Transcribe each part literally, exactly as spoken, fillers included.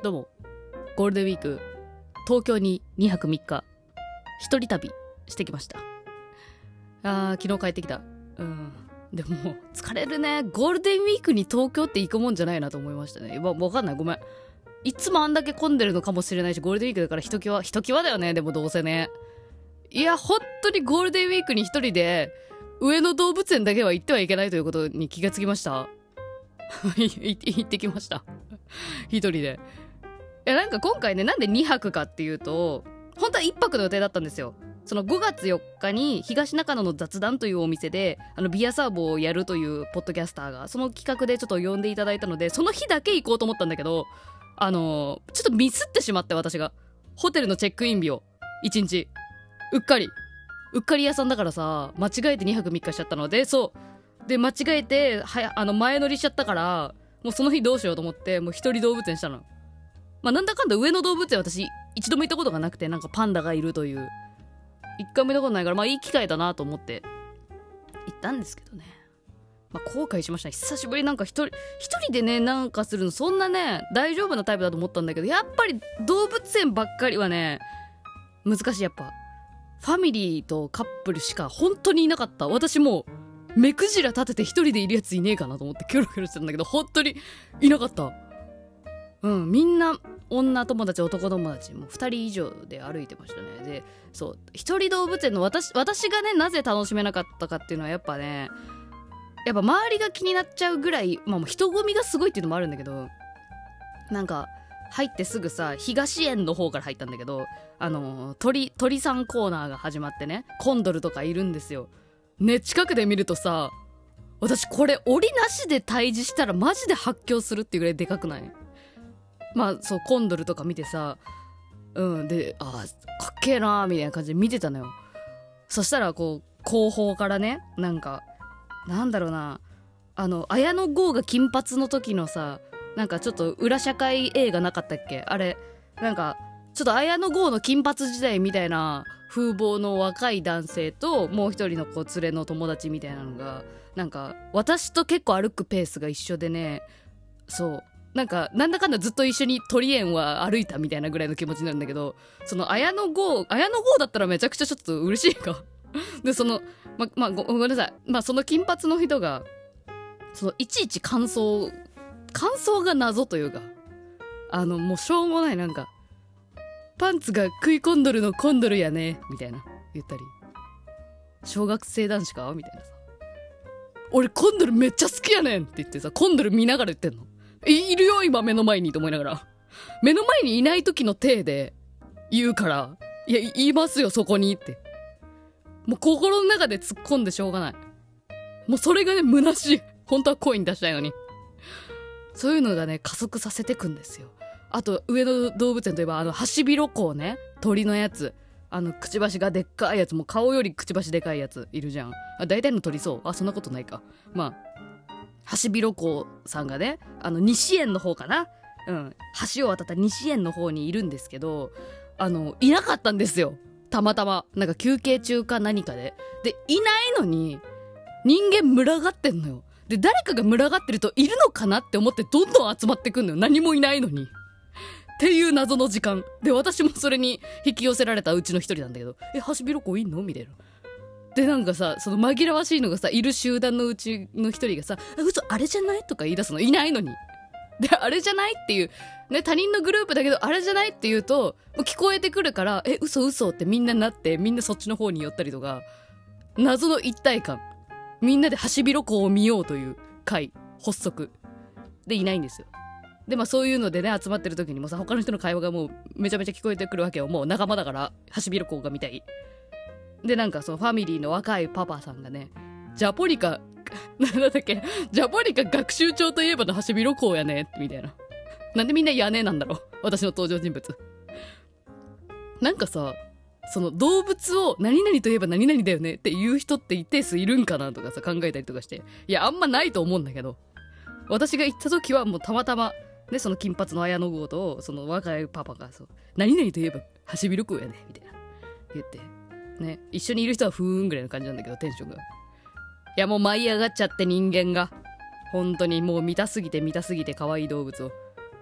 どうも、ゴールデンウィーク東京ににはくみっか一人旅してきました。あー、昨日帰ってきた。うん、でももう疲れるね。ゴールデンウィークに東京って行くもんじゃないなと思いましたね。わ、わかんない、ごめん。いつもあんだけ混んでるのかもしれないし、ゴールデンウィークだからひときわひときわだよね。でもどうせね、いや本当にゴールデンウィークに一人で上野動物園だけは行ってはいけないということに気がつきました。行ってきました一人で。いやなんか今回ね、なんでにはくかっていうと、本当はいっぱくの予定だったんですよ。そのごがつよっかに東中野の雑談というお店であのビアサーボをやるというポッドキャスターがその企画でちょっと呼んでいただいたので、その日だけ行こうと思ったんだけど、あのー、ちょっとミスってしまって、私がホテルのチェックイン日をいちにちうっかりうっかり屋さんだからさ、間違えてにはくみっかしちゃったので、そうで間違えてはやあの前乗りしちゃったから、もうその日どうしようと思ってもう一人動物園したの。まあなんだかんだ上野動物園私一度も行ったことがなくて、なんかパンダがいるという一回も見たことないから、まあいい機会だなと思って行ったんですけどね、まあ後悔しました。久しぶり。なんか一人一人でねなんかするのそんなね大丈夫なタイプだと思ったんだけど、やっぱり動物園ばっかりはね難しい。やっぱファミリーとカップルしか本当にいなかった。私もう目くじら立てて一人でいるやついねえかなと思ってキョロキョロしてたんだけど、本当にいなかった。うん、みんな女友達男友達もうふたり以上で歩いてましたね。でそう一人動物園の私私がねなぜ楽しめなかったかっていうのはやっぱね、やっぱ周りが気になっちゃうぐらい、まあもう人混みがすごいっていうのもあるんだけど、なんか入ってすぐさ東園の方から入ったんだけど、あの鳥鳥さんコーナーが始まってね、コンドルとかいるんですよね。近くで見るとさ、私これ檻なしで退治したらマジで発狂するっていうぐらいでかくない？まあそうコンドルとか見てさ、うんで、あーかっけえなーみたいな感じで見てたのよ。そしたらこう後方からね、なんかなんだろうな、あの綾野剛が金髪の時のさ、なんかちょっと裏社会映画なかったっけ、あれなんかちょっと綾野剛の金髪時代みたいな風貌の若い男性ともう一人の子連れの友達みたいなのが、なんか私と結構歩くペースが一緒でね、そうなんかなんだかんだずっと一緒に鳥園は歩いたみたいなぐらいの気持ちになるんだけど、その綾野剛綾野剛だったらめちゃくちゃちょっと嬉しいかでそのままご、ごめんなさい、まあその金髪の人がそのいちいち感想感想が謎というか、あのもうしょうもない、なんかパンツが食い込んどるのコンドルやねみたいな言ったり、小学生男子かみたいなさ、俺コンドルめっちゃ好きやねんって言ってさ、コンドル見ながら言ってんの。い, いるよ今目の前にと思いながら、目の前にいない時の体で言うから、いや言いますよそこにって、もう心の中で突っ込んでしょうがない。もうそれがね虚しい。本当は声に出したいのに。そういうのがね加速させてくんですよ。あと上野動物園といえばあのハシビロコウね、鳥のやつ、あのくちばしがでっかいやつ、もう顔よりくちばしでかいやついるじゃん。あ大体の鳥そう。あそんなことないか。まあハシビロコウさんがね、あの西園の方かな、うん橋を渡った西園の方にいるんですけど、あのいなかったんですよ。たまたまなんか休憩中か何かででいないのに人間群がってんのよ。で誰かが群がってるといるのかなって思ってどんどん集まってくんのよ、何もいないのにっていう謎の時間で、私もそれに引き寄せられたうちの一人なんだけど、えハシビロコウいんのみたいな。でなんかさ、その紛らわしいのがさ、いる集団のうちの一人がさ、嘘あれじゃないとか言い出すの。いないのに。であれじゃないっていうね、他人のグループだけどあれじゃないって言うともう聞こえてくるから、え嘘嘘ってみんななって、みんなそっちの方に寄ったりとか、謎の一体感、みんなでハシビロコウを見ようという会発足でいないんですよ。でまあそういうのでね集まってる時にもさ、他の人の会話がもうめちゃめちゃ聞こえてくるわけよ。もう仲間だからハシビロコウが見たい。でなんかそのファミリーの若いパパさんがね、ジャポリカなんだっけ、ジャポリカ学習帳といえばのハシビロコウやねみたいな。なんでみんなやねなんだろう、私の登場人物。なんかさ、その動物を何々といえば何々だよねっていう人って一定数いるんかなとかさ考えたりとかして、いやあんまないと思うんだけど、私が行った時はもうたまたまね、その金髪の綾野剛とその若いパパがそう何々といえばハシビロコウやねみたいな言ってね、一緒にいる人はふーんぐらいの感じなんだけど、テンションが、いやもう舞い上がっちゃって、人間が本当にもう見たすぎて見たすぎて可愛い動物を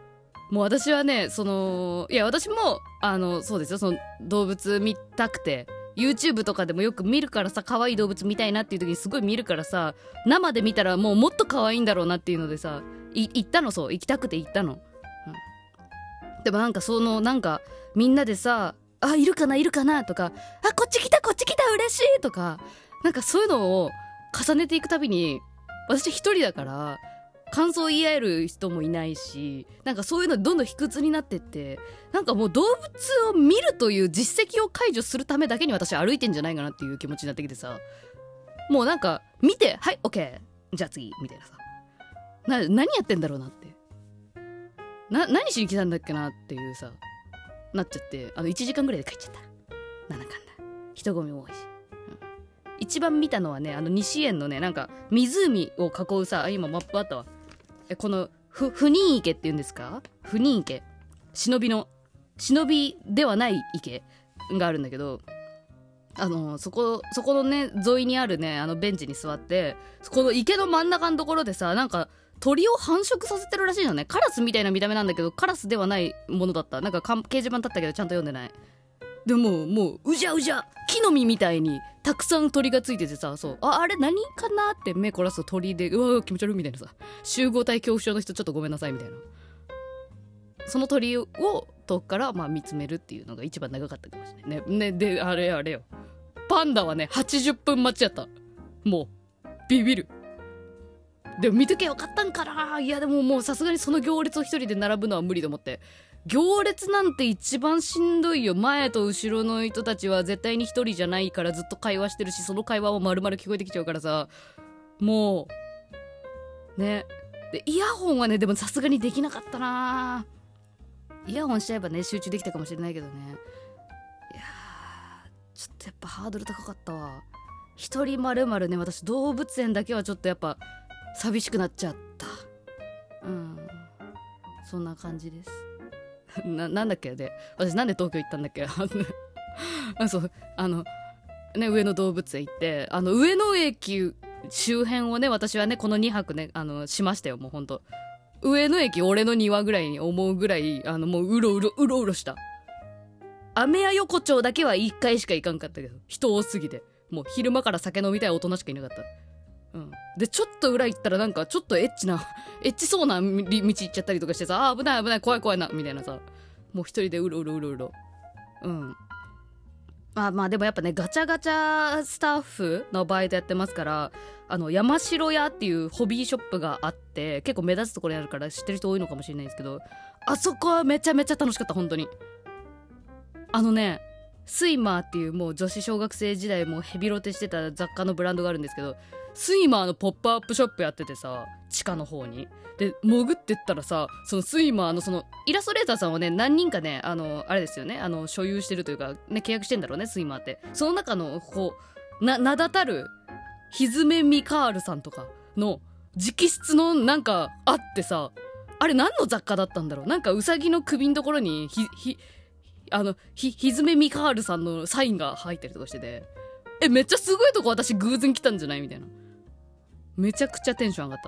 もう私はね、そのいや私もあのそうですよ、その動物見たくて YouTube とかでもよく見るからさ、可愛い動物見たいなっていう時にすごい見るからさ、生で見たらもうもっと可愛いんだろうなっていうのでさ、い行ったの。そう行きたくて行ったの、うん、でもなんかそのなんかみんなでさ、あいるかないるかなとか、あこっち来たこっち来た嬉しいとか、なんかそういうのを重ねていくたびに、私一人だから感想言い合える人もいないし、なんかそういうのどんどん卑屈になってって、なんかもう動物を見るという実績を解除するためだけに私歩いてんじゃないかなっていう気持ちになってきてさ、もうなんか見てはいオッケーじゃあ次みたいなさ、な何やってんだろうなって、な何しに来たんだっけなっていうさなっちゃって、あのいちじかんぐらいで帰っちゃった。なんだかんだ人混みも多いし、一番見たのはね、あの西園のね、なんか湖を囲うさ、あ今マップあったわ、えこのふ不忍池っていうんですか、不忍池、忍びの忍びではない池があるんだけど、あのそこそこのね沿いにあるねあのベンチに座って、この池の真ん中のところでさ、なんか鳥を繁殖させてるらしいのね。カラスみたいな見た目なんだけどカラスではないものだった。なんか掲示板だったけどちゃんと読んでない。でももううじゃうじゃ木の実みたいにたくさん鳥がついててさ、そうああれ何かなって目凝らすと鳥で、うわ気持ち悪いみたいなさ、集合体恐怖症の人ちょっとごめんなさいみたいな、その鳥を遠くからまあ見つめるっていうのが一番長かったかもしれないね。ねであれあれよ、パンダはねはちじゅっぷん待ちやった。もうビビる。でも見とけよかったんかな。いやでももうさすがにその行列を一人で並ぶのは無理と思って、行列なんて一番しんどいよ。前と後ろの人たちは絶対に一人じゃないからずっと会話してるし、その会話も丸々聞こえてきちゃうからさ、もうね。でイヤホンはねでもさすがにできなかったな。イヤホンしちゃえばね集中できたかもしれないけどね。いやーちょっとやっぱハードル高かったわ。一人まるまるね、私動物園だけはちょっとやっぱ寂しくなっちゃった。うんそんな感じですな, なんだっけで私なんで東京行ったんだっけあそうあのね上野動物園行って、あの上野駅周辺をね私はねこのにはくねあのしましたよ。もうほんと上野駅俺の庭ぐらいに思うぐらい、あのもううろうろうろうろした。アメヤ横丁だけはいっかいしか行かんかったけど人多すぎて、もう昼間から酒飲みたい大人しかいなかった。うん、でちょっと裏行ったらなんかちょっとエッチなエッチそうな道行っちゃったりとかしてさ、あ危ない危ない怖い怖いなみたいなさ、もう一人でうろうろうろうろ。うんまあまあでもやっぱねガチャガチャスタッフのバイトやってますから、あの山城屋っていうホビーショップがあって結構目立つところにあるから知ってる人多いのかもしれないんですけど、あそこはめちゃめちゃ楽しかった本当に。あのねスイマーっていうもう女子小学生時代もヘビロテしてた雑貨のブランドがあるんですけど、スイマーのポップアップショップやっててさ、地下の方にで潜ってったらさ、そのスイマーのそのイラストレーターさんをね何人かねあのあれですよね、あの所有してるというかね契約してんだろうねスイマーって。その中のこうな名だたるひずめミカールさんとかの直筆のなんかあってさ、あれ何の雑貨だったんだろう。なんかウサギの首のところにひひあのひひずめミカールさんのサインが入ってるとかしてて、えめっちゃすごいとこ私偶然来たんじゃないみたいな、めちゃくちゃテンション上がった。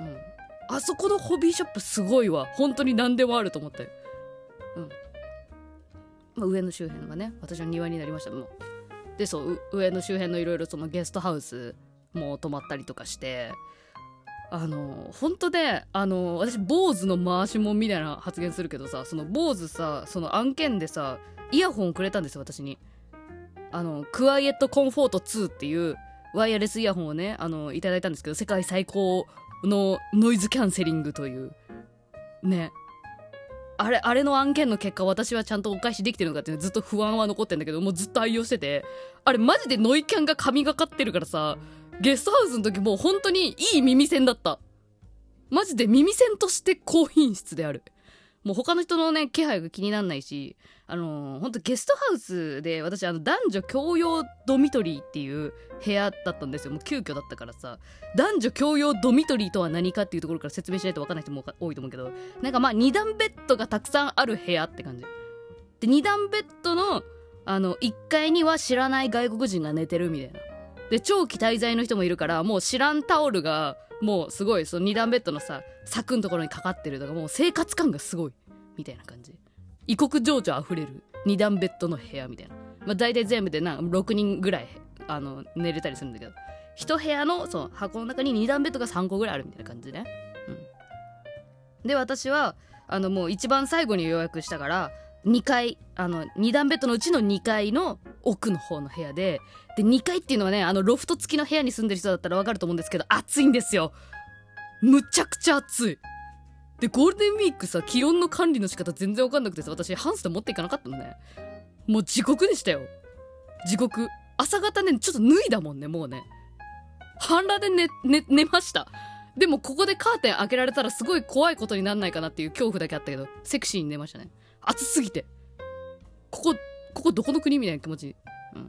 うんあそこのホビーショップすごいわ本当に何でもあると思って。うん、まあ、上の周辺がね私の庭になりましたもう。でそう上の周辺のいろいろそのゲストハウスも泊まったりとかして、あの本当であの私坊主の回しもんみたいな発言するけどさ、その坊主さその案件でさイヤホンくれたんですよ私に。あのクワイエットコンフォートツーっていうワイヤレスイヤホンをねあのいただいたんですけど、世界最高のノイズキャンセリングというね、あれあれの案件の結果私はちゃんとお返しできてるのかっていうずっと不安は残ってんだけど、もうずっと愛用してて、あれマジでノイキャンが神がかってるからさ、ゲストハウスの時もう本当にいい耳栓だった。マジで耳栓として高品質である。もう他の人のね気配が気になんないし、あのー、ほんとゲストハウスで私あの男女共用ドミトリーっていう部屋だったんですよ。もう急遽だったからさ、男女共用ドミトリーとは何かっていうところから説明しないと分かんない人も多いと思うけど、なんかまあに段ベッドがたくさんある部屋って感じで、に段ベッドのあのいっかいには知らない外国人が寝てるみたいなで、長期滞在の人もいるからもう知らんタオルがもうすごいそのに段ベッドのさ柵のところにかかってるとか、もう生活感がすごいみたいな感じ。異国情緒あふれる二段ベッドの部屋みたいな。まあ大体全部でなろくにんぐらいあの寝れたりするんだけど、一部屋のそう箱の中に二段ベッドがさんこぐらいあるみたいな感じでね、うん、で私はあのもう一番最後に予約したからにかい、あのに段ベッドのうちのにかいの奥の方の部屋で、でにかいっていうのはね、あのロフト付きの部屋に住んでる人だったら分かると思うんですけど、暑いんですよ。むちゃくちゃ暑い。でゴールデンウィークさ、気温の管理の仕方全然分かんなくてさ、私ハンスで持っていかなかったのね。もう地獄でしたよ、地獄。朝方ねちょっと脱いだもんね、もうね半裸で 寝, 寝, 寝ました。でもここでカーテン開けられたらすごい怖いことになんないかなっていう恐怖だけあったけど、セクシーに寝ましたね。暑すぎて、ここここどこの国みたいな気持ち。うん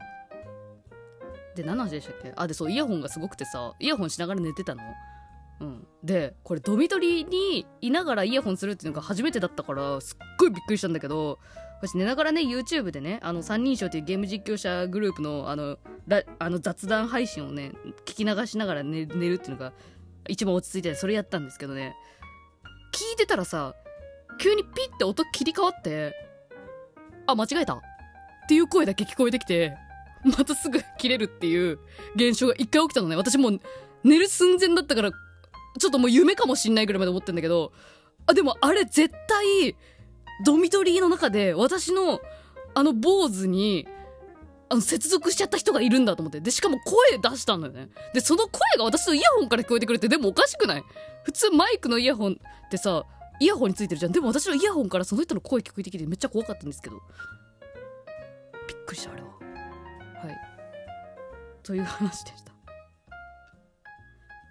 で何の話でしたっけ。あでそうイヤホンがすごくてさ、イヤホンしながら寝てたの。うんでこれドミトリーにいながらイヤホンするっていうのが初めてだったからすっごいびっくりしたんだけど、私寝ながらね YouTube でね、あの三人称っていうゲーム実況者グループのあのラあの雑談配信をね聞き流しながら 寝, 寝るっていうのが一番落ち着いて、それやったんですけどね、聞いてたらさ急にピッて音切り替わって、あ間違えたっていう声だけ聞こえてきて、またすぐ切れるっていう現象が一回起きたのね。私もう寝る寸前だったからちょっともう夢かもしんないぐらいまで思ってんだけど、あでもあれ絶対ドミトリーの中で私のあの坊主にあの接続しちゃった人がいるんだと思って、でしかも声出したんだよね。でその声が私のイヤホンから聞こえてくるって、でもおかしくない？普通マイクのイヤホンってさイヤホンについてるじゃん。でも私のイヤホンからその人の声聞こえてきてめっちゃ怖かったんですけど、びっくりしたあれは。はいという話でした。